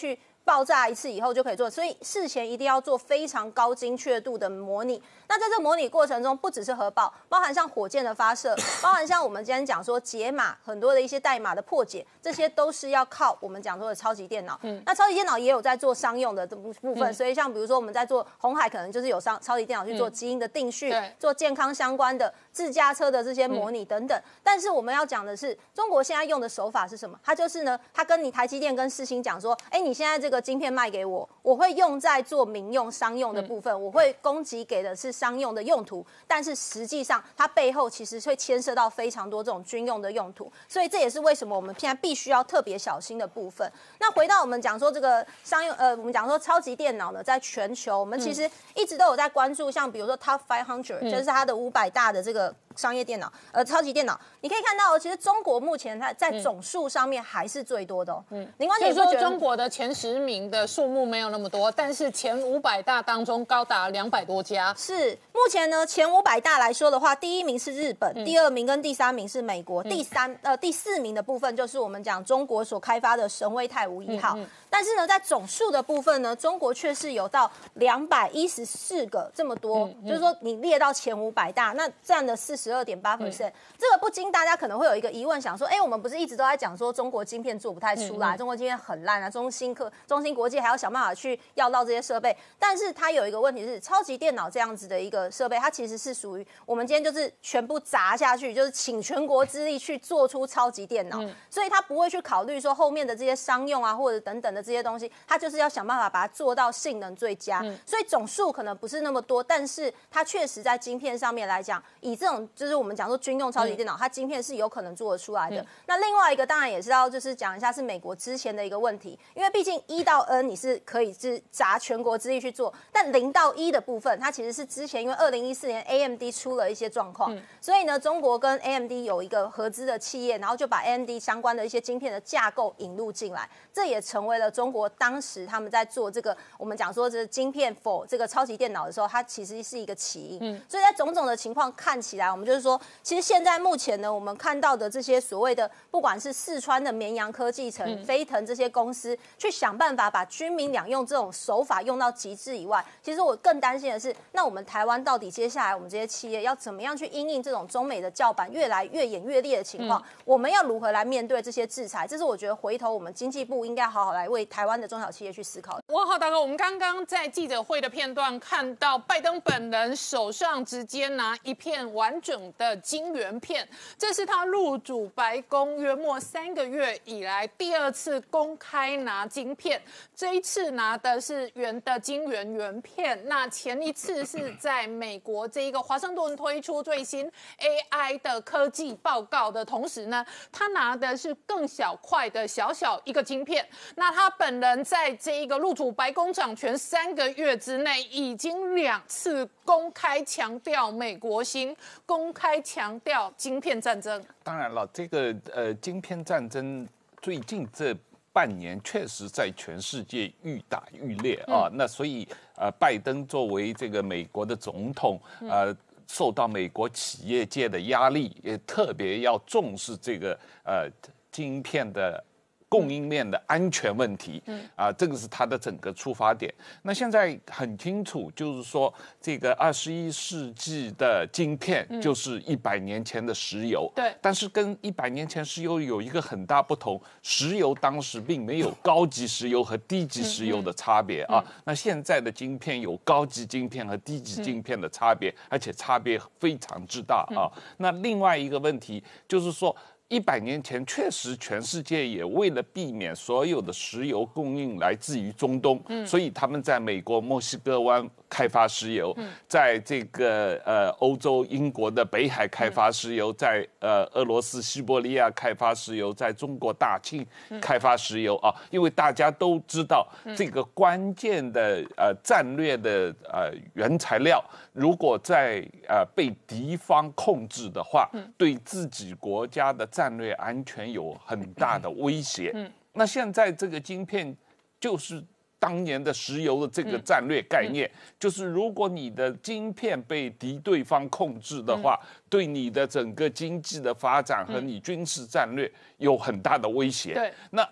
爆炸一次以后就可以做，所以事前一定要做非常高精确度的模拟。那在这模拟过程中，不只是核爆，包含像火箭的发射，包含像我们今天讲说解码很多的一些代码的破解，这些都是要靠我们讲说的超级电脑。那超级电脑也有在做商用的这部分，所以像比如说我们在做鸿海，可能就是有超级电脑去做基因的定序，做健康相关的自驾车的这些模拟等等。但是我们要讲的是，中国现在用的手法是什么？它就是呢，它跟你台积电跟世芯讲说，哎，你现在这个晶片卖给我，我会用在做民用商用的部分，我会供给给的是商用的用途，但是实际上它背后其实会牵涉到非常多这种军用的用途，所以这也是为什么我们现在必须要特别小心的部分。那回到我们讲说这个商用，我们讲说超级电脑呢，在全球我们其实一直都有在关注，像比如说 Top 500，就是它的500大的这个商业电脑，超级电脑，你可以看到，其实中国目前它在总数上面还是最多的哦。林官姐说中国的前10名的数目没有那么多，但是前500大当中高达200多家。 是目前呢，前500大来说的话，第1名是日本，第2名跟第3名是美国，第4名的部分就是我们讲中国所开发的神威泰5.1号。但是呢，在总数的部分呢，中国却是有到214个这么多，就是说你列到前500大，那占了42.8%。这个不禁大家可能会有一个疑问，想说，哎，我们不是一直都在讲说中国晶片做不太出来，中国晶片很烂啊，中芯国际还要想办法去要到这些设备。但是它有一个问题是，超级电脑这样子的一个设备，它其实是属于我们今天就是全部砸下去，就是请全国之力去做出超级电脑，所以它不会去考虑说后面的这些商用啊或者等等的这些东西，它就是要想办法把它做到性能最佳。所以总数可能不是那么多，但是它确实在晶片上面来讲，以这种就是我们讲说军用超级电脑，它晶片是有可能做得出来的。那另外一个当然也是要就是讲一下是美国之前的一个问题，因为毕竟1到N 你是可以是砸全国之力去做，但0到1的部分，它其实是之前因为2014年 AMD 出了一些状况，所以呢，中国跟 AMD 有一个合资的企业，然后就把 AMD 相关的一些晶片的架构引入进来，这也成为了中国当时他们在做这个我们讲说这晶片 for 这个超级电脑的时候，它其实是一个起因。所以在种种的情况看起来，我们就是说，其实现在目前呢，我们看到的这些所谓的不管是四川的绵阳科技城、飞腾这些公司，去想办法把军民两用这种手法用到极致以外，其实我更担心的是，那我们台湾到底接下来我们这些企业要怎么样去因应这种中美的叫板越来越演越烈的情况？我们要如何来面对这些制裁？这是我觉得回头我们经济部应该好好来为台湾的中小企业去思考的。 哇，好大哥，我们刚刚在记者会的片段看到拜登本人手上直接拿一片完整的晶圆片，这是他入主白宫约莫3个月以来第2次公开拿晶片，这一次拿的是圆的晶圆圆片。那前一次是在美国这一个华盛顿推出最新 AI 的科技报告的同时呢，他拿的是更小块的小一个晶片。那他本人在这一个入主白宫掌权3个月之内，已经2次公开强调美国心，公开强调晶片战争。 当然了，这个晶片战争最近这半年确实在全世界愈打愈烈啊。那所以拜登作为这个美国的总统，受到美国企业界的压力，也特别要重视这个晶片的供应链的安全问题，这个是他的整个出发点。那现在很清楚，就是说这个21世纪的晶片就是100年前的石油， 对。 但是跟100年前石油有一个很大不同，石油当时并没有高级石油和低级石油的差别啊。那现在的晶片有高级晶片和低级晶片的差别，而且差别非常之大啊。那另外一个问题就是说，100年前，确实全世界也为了避免所有的石油供应来自于中东，所以他们在美国墨西哥湾开发石油，在这个欧洲英国的北海开发石油，在俄罗斯西伯利亚开发石油，在中国大庆开发石油啊，因为大家都知道这个关键的战略的原材料，如果在被敌方控制的话，对自己国家的战略安全有很大的威胁。那现在这个晶片就是当年的石油的这个战略概念，就是如果你的晶片被对方控制的话，对你的整个经济的发展和你军事战略有很大的威胁。 对， 那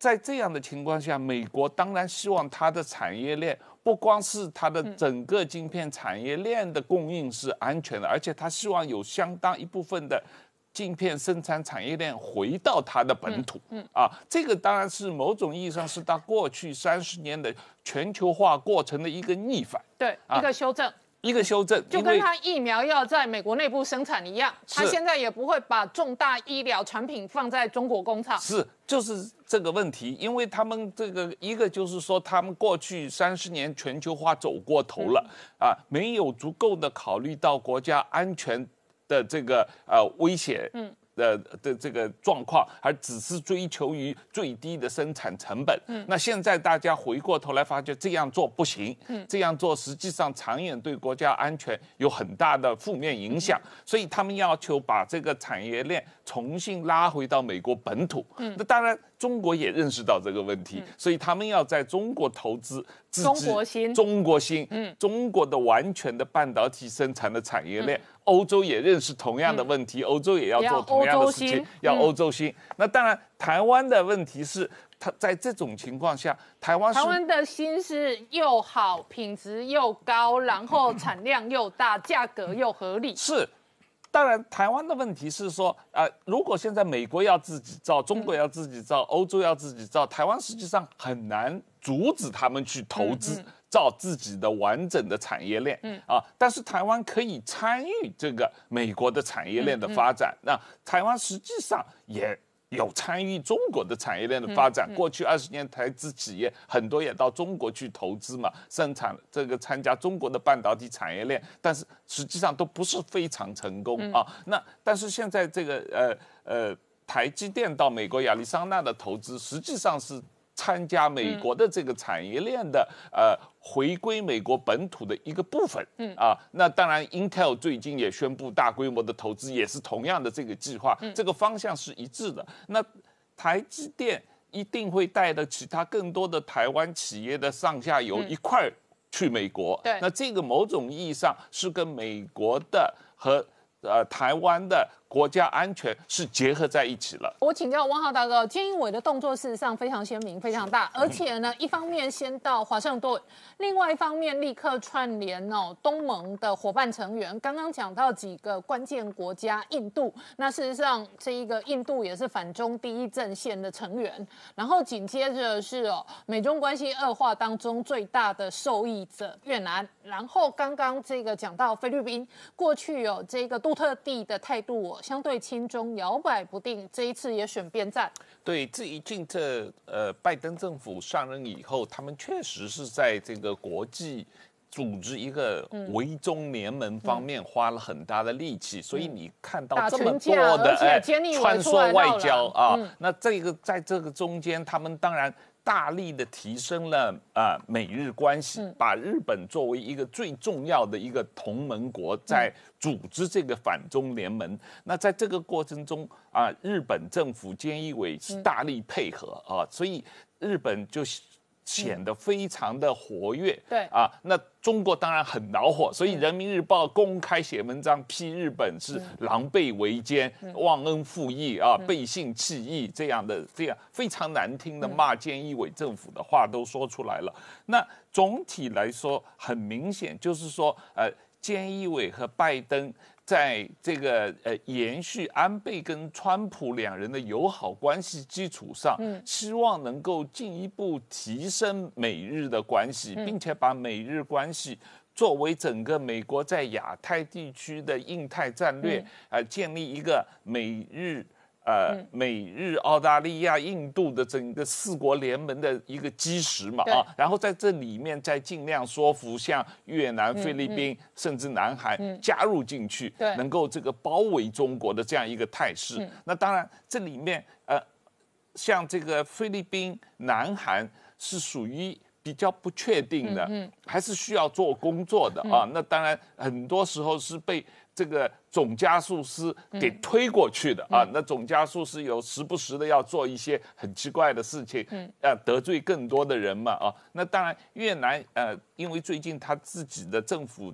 在这样的情况下，美国当然希望它的产业链不光是它的整个晶片产业链的供应是安全的，而且它希望有相当一部分的晶片生产产业链回到它的本土。这个当然是某种意义上是它过去30年的全球化过程的一个逆反。 对，一个修正。 一个修正， 就跟他疫苗要在美国内部生产一样，他现在也不会把重大医疗产品放在中国工厂。 是，就是这个问题，因为他们这个一个就是说，他们过去30年全球化走过头了没有足够的考虑到国家安全的这个威胁。的这个状况，而只是追求于最低的生产成本。那现在大家回过头来发觉这样做不行，这样做实际上长远对国家安全有很大的负面影响，所以他们要求把这个产业链重新拉回到美国本土。那当然中国也认识到这个问题，所以他们要在中国投资中国芯， 中国的完全的半导体生产的产业链。欧洲也认识同样的问题，欧洲也要做同样的事情，要欧洲芯。那当然，台湾的问题是，它在这种情况下，台湾的芯是又好，品质又高，然后产量又大，价格又合理。 是。当然，台湾的问题是说，如果现在美国要自己造，中国要自己造，欧洲要自己造，台湾实际上很难阻止他们去投资。造自己的完整的产业链，但是台湾可以参与这个美国的产业链的发展。那台湾实际上也有参与中国的产业链的发展。过去20年，台资企业很多也到中国去投资嘛，生产这个参加中国的半导体产业链，但是实际上都不是非常成功那但是现在这个台积电到美国亚利桑那的投资，实际上是参加美国的这个产业链的回归美国本土的一个部分。那当然 Intel 最近也宣布大规模的投资，也是同样的这个计划，这个方向是一致的。那台积电一定会带着其他更多的台湾企业的上下游一块去美国。那这个某种意义上是跟美国的和台湾的国家安全是结合在一起了。 我请教汪浩大哥，菅义伟的动作事实上非常鲜明、非常大，而且呢，一方面先到华盛顿，另外一方面立刻串联东盟的伙伴成员。刚刚讲到几个关键国家，印度，那事实上这一个印度也是反中第一阵线的成员，然后紧接着是美中关系恶化当中最大的受益者越南，然后刚刚这个讲到菲律宾，过去这个杜特地的态度相对亲中，摇摆不定，这一次也选边站。 对，最近拜登政府上任以后，他们确实是在这个国际组织一个围中联盟方面花了很大的力气，所以你看到这么多的穿梭外交那这个在这个中间，他们当然大力的提升了美日关系，把日本作为一个最重要的一个同盟国，在组织这个反中联盟。那在这个过程中日本政府菅义伟是大力配合所以日本就显得非常的活跃。 对那中国当然很恼火，所以人民日报公开写文章批日本是狼狈为奸、忘恩负义背信弃义这样非常难听的骂菅义伟政府的话都说出来了。那总体来说，很明显就是说菅义伟和拜登在这个延续安倍跟川普两人的友好关系基础上，希望能够进一步提升美日的关系，并且把美日关系作为整个美国在亚太地区的印太战略，建立一个美日澳大利亚、印度的整个4国联盟的一个基石嘛然后在这里面再尽量说服像越南、菲律宾甚至南韩加入进去，能够这个包围中国的这样一个态势。那当然这里面像这个菲律宾、南韩是属于比较不确定的，还是需要做工作的那当然很多时候是被这个总加速师给推过去的那总加速师有时不时的要做一些很奇怪的事情，得罪更多的人嘛那当然越南因为最近他自己的政府在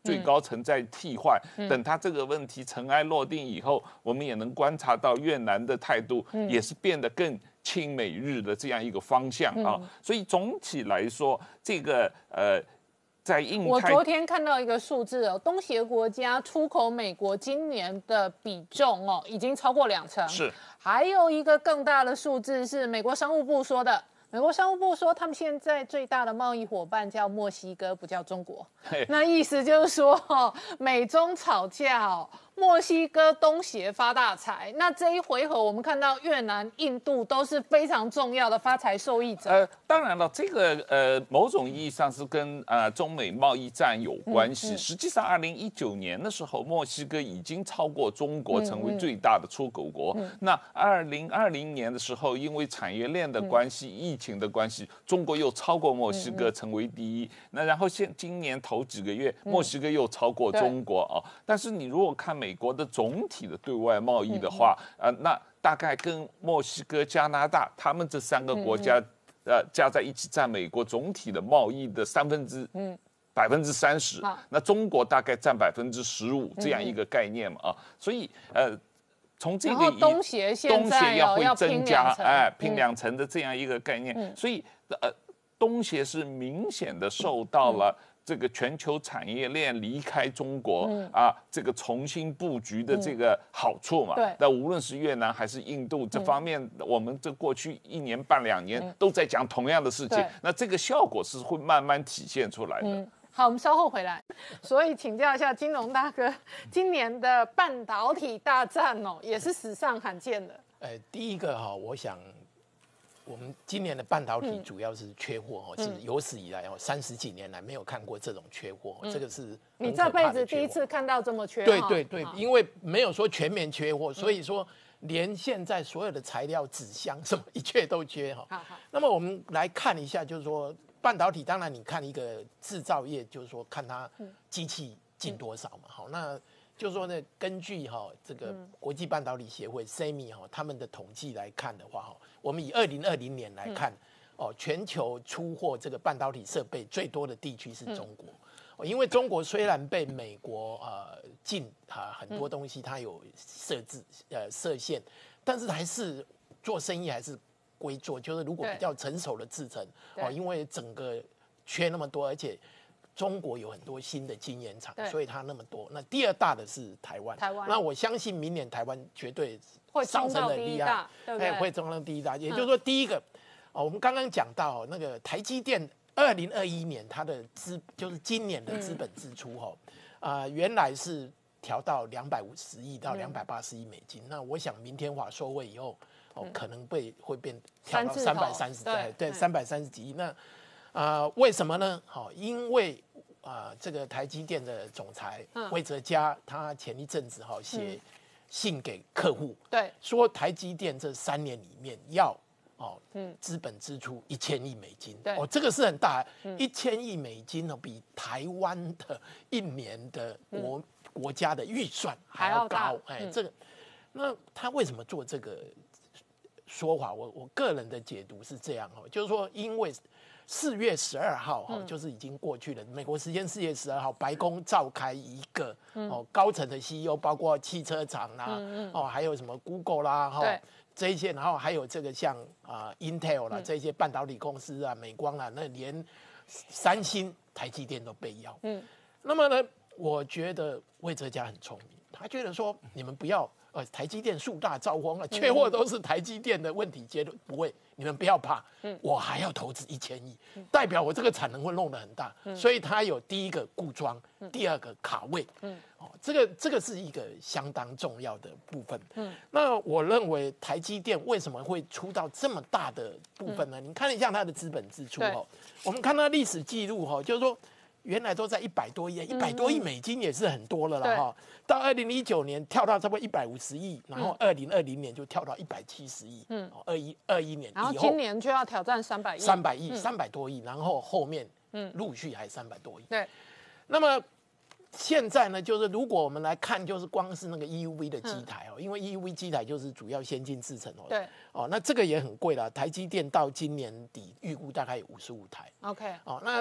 最高层在替换，等他这个问题尘埃落定以后，我们也能观察到越南的态度也是变得更亲美日的这样一个方向啊。所以总体来说，这个在印太， 我昨天看到一个数字哦，东协国家出口美国今年的比重哦，已经超过2成。 是， 还有一个更大的数字是美国商务部说的。美国商务部说，他们现在最大的贸易伙伴叫墨西哥，不叫中国。那意思就是说，美中吵架哦，墨西哥东协发大财。那这一回合，我们看到越南、印度都是非常重要的发财受益者。 当然了，这个某种意义上是跟中美贸易战有关系。实际上，2019年的时候，墨西哥已经超过中国成为最大的出口国。那2020年的时候，因为产业链的关系、疫情的关系，中国又超过墨西哥成为第一。那然后今年头几个月，墨西哥又超过中国啊。但是你如果看美国的总体的对外贸易的话，那大概跟墨西哥、加拿大他们这3个国家，加在一起占美国总体的贸易的30%。那中国大概占15%这样一个概念嘛啊，所以从这个东协现在要会增加拼 2成的这样一个概念，所以东协是明显的受到了这个全球产业链离开中国这个重新布局的这个好处嘛。 对。 那无论是越南还是印度这方面，我们这过去1年半2年都在讲同样的事情，那这个效果是会慢慢体现出来的。 好，我们稍后回来。所以请教一下金融大哥，今年的半导体大战哦，也是史上罕见的。 第一个我想我们今年的半导体主要是缺货是有史以来30几年来没有看过这种缺货，这个是你这辈子第一次看到这么缺。 对，因为没有说全面缺货，所以说连现在所有的材料、纸箱什么一切都缺那么我们来看一下，就是说半导体，当然你看一个制造业，就是说看它机器进多少嘛那就是说呢，根据这个国际半导体协会 SEMI 他们的统计来看的话我们以2020年来看全球出货这个半导体设备最多的地区是中国因为中国虽然被美国禁很多东西它有设限，但是还是做生意还是归做，就是如果比较成熟的制程因为整个缺那么多，而且中国有很多新的晶圆厂，所以它那么多。那第2大的是台湾，那我相信明年台湾绝对会上升的厉害，会冲到第1大。也就是说，第一个我们刚刚讲到那个台积电2021年它的就是今年的资本支出原来是调到250亿到280亿美金。那我想明天华收会以后可能会变跳到330几亿。那为什么呢？因为这个台积电的总裁魏哲嘉，他前一阵子写信给客户，说台积电这3年里面要资本支出1000亿美金，这个是很大，1000亿美金比台湾的1年的国家的预算还要高，这个，那他为什么做这个说法？我个人的解读是这样就是说，因为4月12号就是已经过去了，美国时间4月12号，白宫召开一个高层的 CEO， 包括汽车厂还有什么 Google 啦这一些，然后还有这个像Intel 啦这些半导体公司美光啦，那连三星、台积电都被邀。那么呢，我觉得魏哲嘉很聪明，他觉得说你们不要台积电树大招风了，缺货都是台积电的问题，绝对不会，你们不要怕，我还要投资1000亿，代表我这个产能会弄得很大，所以他有第一个固装，第2个卡位，这个是一个相当重要的部分。那我认为台积电为什么会出到这么大的部分呢？你看一下它的资本支出我们看它历史记录就是说。原来都在100多亿，100多亿美金也是很多了啦到2019年跳到差不多150亿，然后2020年就跳到170亿，21年以后， 然后今年就要挑战300亿 ，300亿，300多亿，然后后面陆续还300多亿。 对， 那么现在呢，就是如果我们来看，就是光是那个 EUV 的机台因为 EUV 机台就是主要先进制程对， 那这个也很贵了，台积电到今年底预估大概有55台。 OK， 那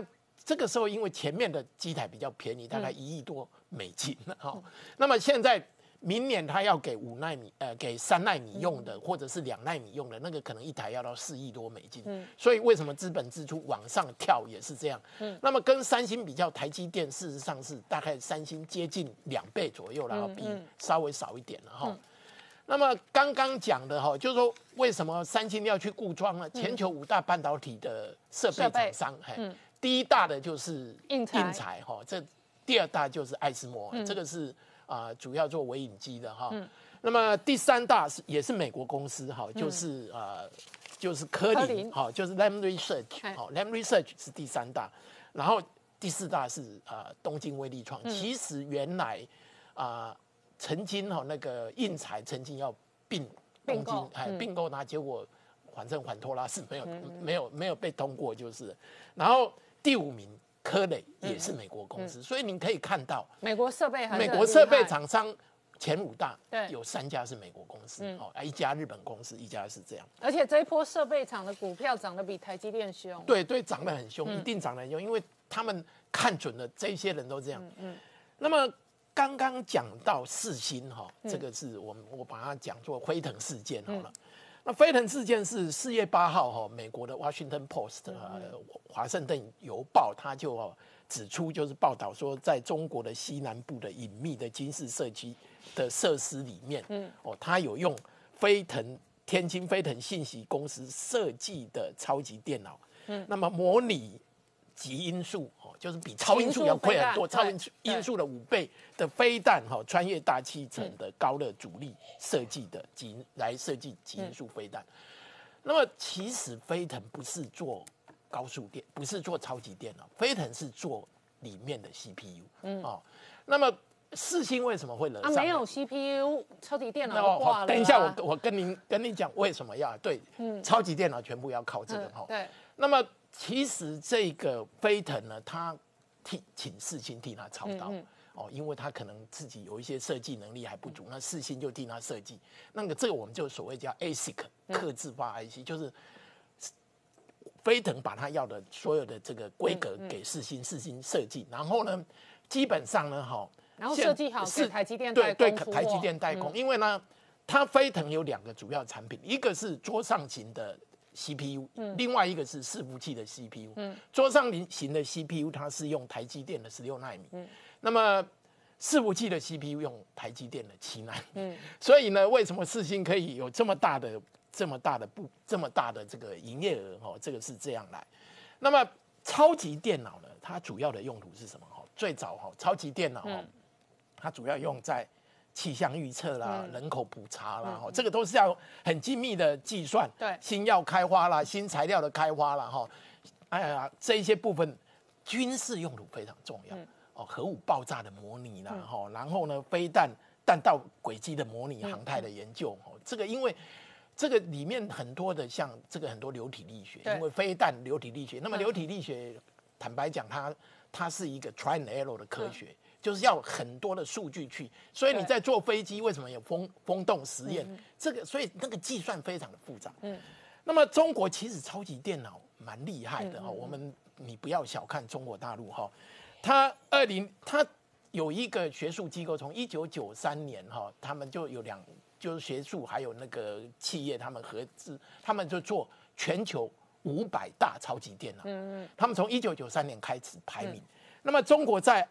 这个时候因为前面的机台比较便宜，大概1亿多美金哈。那么现在明年他要给5奈米，给3奈米用的，或者是2奈米用的，那个可能一台要到4亿多美金。所以为什么资本支出往上跳也是这样？那么跟三星比较，台积电事实上是大概三星接近2倍左右，然后比稍微少一点了哈。那么刚刚讲的哈，就是说为什么三星要去固装呢？全球5大半导体的设备厂商，第一大的就是应材哈，这第二大就是艾斯摩，这个是主要做微影机的哈。那么第三大也是美国公司哈，就是科林哈，就是 Lam Research， Lam Research 是第三大，然后第四大是东京威力创。其实原来曾经那个应材曾经要并东京并购它，结果反正缓托拉是没有被通过，就是。然后第5名科磊也是美国公司，所以您可以看到美国设备厂商前5大有3家是美国公司，一家日本公司，一家是这样。 而且这一波设备厂的股票涨得比台积电凶。 对，涨得很凶，一定涨得很凶，因为他们看准了这些人都这样。那么刚刚讲到世芯这个是我把它讲作飞腾事件好了。那飞腾事件是4月8号美国的 Washington Post 华盛顿邮报，它就指出，就是报道说，在中国的西南部的隐秘的军事社区的设施里面，它有用天津飞腾信息公司设计的超级电脑，那么模拟极音速就是比超音速要快很多，超音速的5倍的飞弹穿越大气层的高热阻力设计的来设计极音速飞弹。那么其实飞腾不是做高速电，不是做超级电脑，飞腾是做里面的 CPU。那么世芯为什么会惹上？ 没有 CPU， 超级电脑挂了。 等一下，我跟你讲为什么要对，超级电脑全部要靠这个对。 那么其实这个飞腾呢，他请世芯替他操刀。因为他可能自己有一些设计能力还不足，那世芯就替他设计。这个我们就所谓叫 ASIC 客制化 IC， 就是飞腾把他要的所有的这个规格给世芯设计，然后呢，基本上呢， 然后设计好是台积电对台积电代工，因为呢，它飞腾有2个主要产品，一个是桌上型的 CPU，另外一个是伺服器的 CPU。桌上型的 CPU 它是用台积电的16奈米，那么伺服器的 CPU 用台积电的7奈米。所以呢，为什么世芯可以有这么大的这个营业额？这个是这样来。那么超级电脑呢，它主要的用途是什么？最早超级电脑它主要用在气象预测啦、人口普查啦，这个都是要很精密的计算。 对， 新药开发啦、新材料的开发啦，这一些部分军事用途非常重要。核武爆炸的模拟啦，然后呢，飞弹弹道轨迹的模拟、航太的研究，这个因为这个里面很多的像这个很多流体力学，因为飞弹流体力学，那么流体力学坦白讲，它是一个 try and error 的科学。就是要很多的数据去，所以你在坐飞机为什么有风洞实验？这个所以那个计算非常的复杂。那么中国其实超级电脑蛮厉害的你不要小看中国大陆它有一个学术机构，从1993年他们就有就是学术还有那个企业他们合资，他们就做全球500大超级电脑。他们从1993年开始排名。那么中国在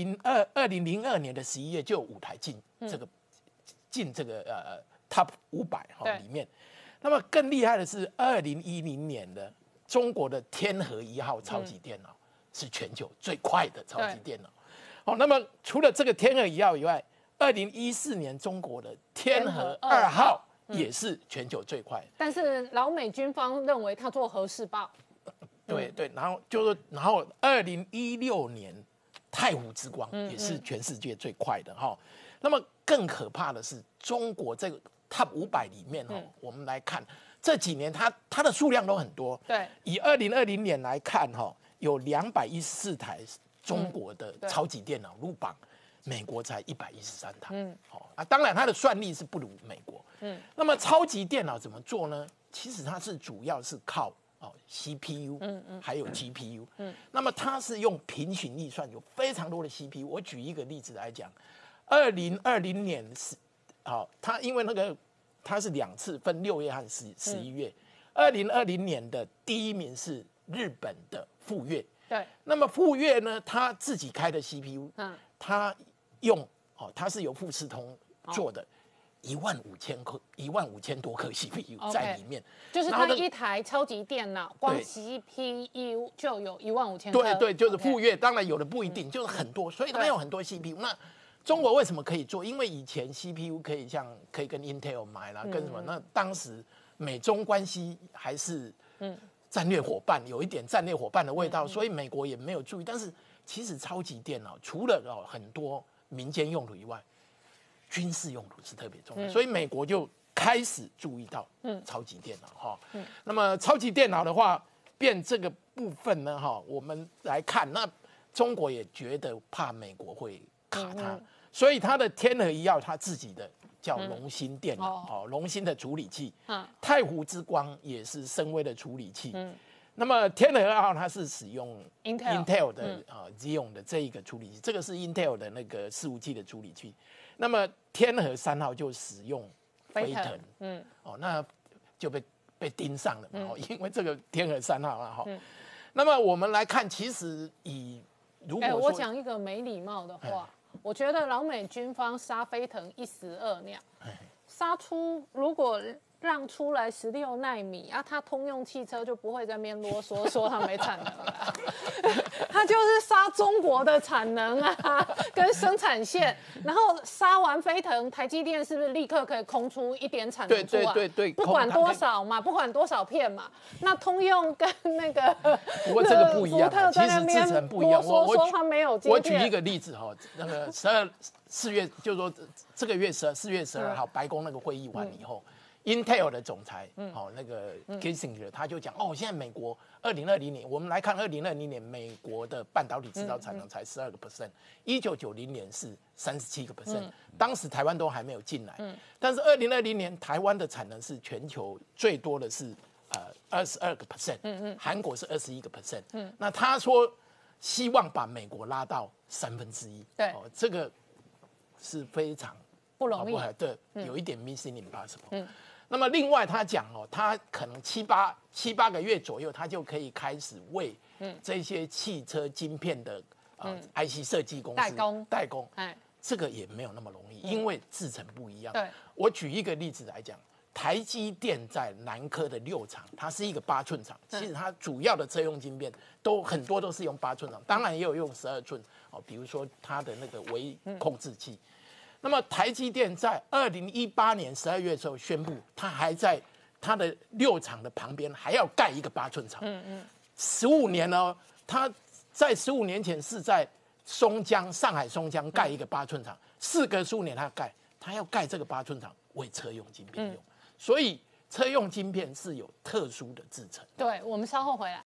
2002年的11月就有5台进这个Top 500里面。那么更厉害的是2010年的中国的天河1号超级电脑是全球最快的超级电脑。那么除了这个天河1号以外，2014年中国的天河2号也是全球最快。 但是老美军方认为他做核试爆。 对，然后2016年太湖之光也是全世界最快的那么更可怕的是，中国这个 Top 500里面我们来看这几年它的数量都很多。 对， 以2020年来看有214台中国的超级电脑入榜，美国才113台。当然它的算力是不如美国。那么超级电脑怎么做呢？其实它是主要是靠 CPU，还有 GPU，那么它是用平行运算，有非常多的 CPU。我举一个例子来讲，2020年它因为它是2次分6月和11月，2020年的第1名是日本的富岳， 对， 那么富岳呢，它自己开的 CPU，它它是由富士通做的。15000多颗 CPU 在里面， 就是它一台超级电脑，光 CPU 就有15000颗。 对，就是富岳，当然有的不一定，就是很多，所以它有很多 CPU。那中国为什么可以做？因为以前 CPU 可以跟 Intel 买啦，跟什么？那当时美中关系还是战略伙伴，有一点战略伙伴的味道，所以美国也没有注意。但是其实超级电脑除了很多民间用途以外，军事用途是特别重要，所以美国就开始注意到超级电脑那么超级电脑的话，变这个部分呢我们来看，那中国也觉得怕美国会卡它，所以它的天河一号它自己的叫龙芯电脑，龙芯的处理器，太湖之光也是深威的处理器。那么天河2号它是使用 Intel 的Xeon 的这一个处理器，这个是 Intel 的那个伺服器的处理器。那么天河3号就使用飞腾，那就被盯上了嘛，因为这个天河3号那么我们来看，其实如果说我讲一个没礼貌的话，我觉得老美军方杀飞腾1石2鸟，杀出如果让出来16奈米啊，他通用汽车就不会在那边啰嗦说他没产能了，他就是杀中国的产能啊，跟生产线，然后杀完飞腾，台积电是不是立刻可以空出一点产能出来？ 对， 不管多少嘛，不管多少片嘛。那通用跟那个不过这个不一样， 其实制程不一样。我举一个例子那个4月，就是说这个月4月12号，白宫那个会议完以后。Intel 的总裁，那个 Kissinger 他就讲，现在美国2020年，我们来看2020年美国的半导体制造产能才12%，1990年是37%，当时台湾都还没有进来，但是2020年台湾的产能是全球最多的是22%，韩国是21%，那他说希望把美国拉到1/3， 对， 这个是非常不容易， 对，有一点 missing impossible。那么另外他讲他可能7、8个月左右，他就可以开始为这些汽车晶片的IC 设计公司代工，这个也没有那么容易，因为制程不一样。 对， 我举一个例子来讲，台积电在南科的6厂，它是一个8寸厂，其实它主要的车用晶片很多都是用8寸厂，当然也有用12寸比如说它的那个微控制器。那么台积电在2018年12月的时候宣布，它还在它的6厂的旁边还要盖一个8寸厂。15年呢，它在15年前是在上海松江盖一个8寸厂，事隔15年它要盖这个8寸厂为车用晶片用，所以车用晶片是有特殊的制程。 对，我们稍后回来。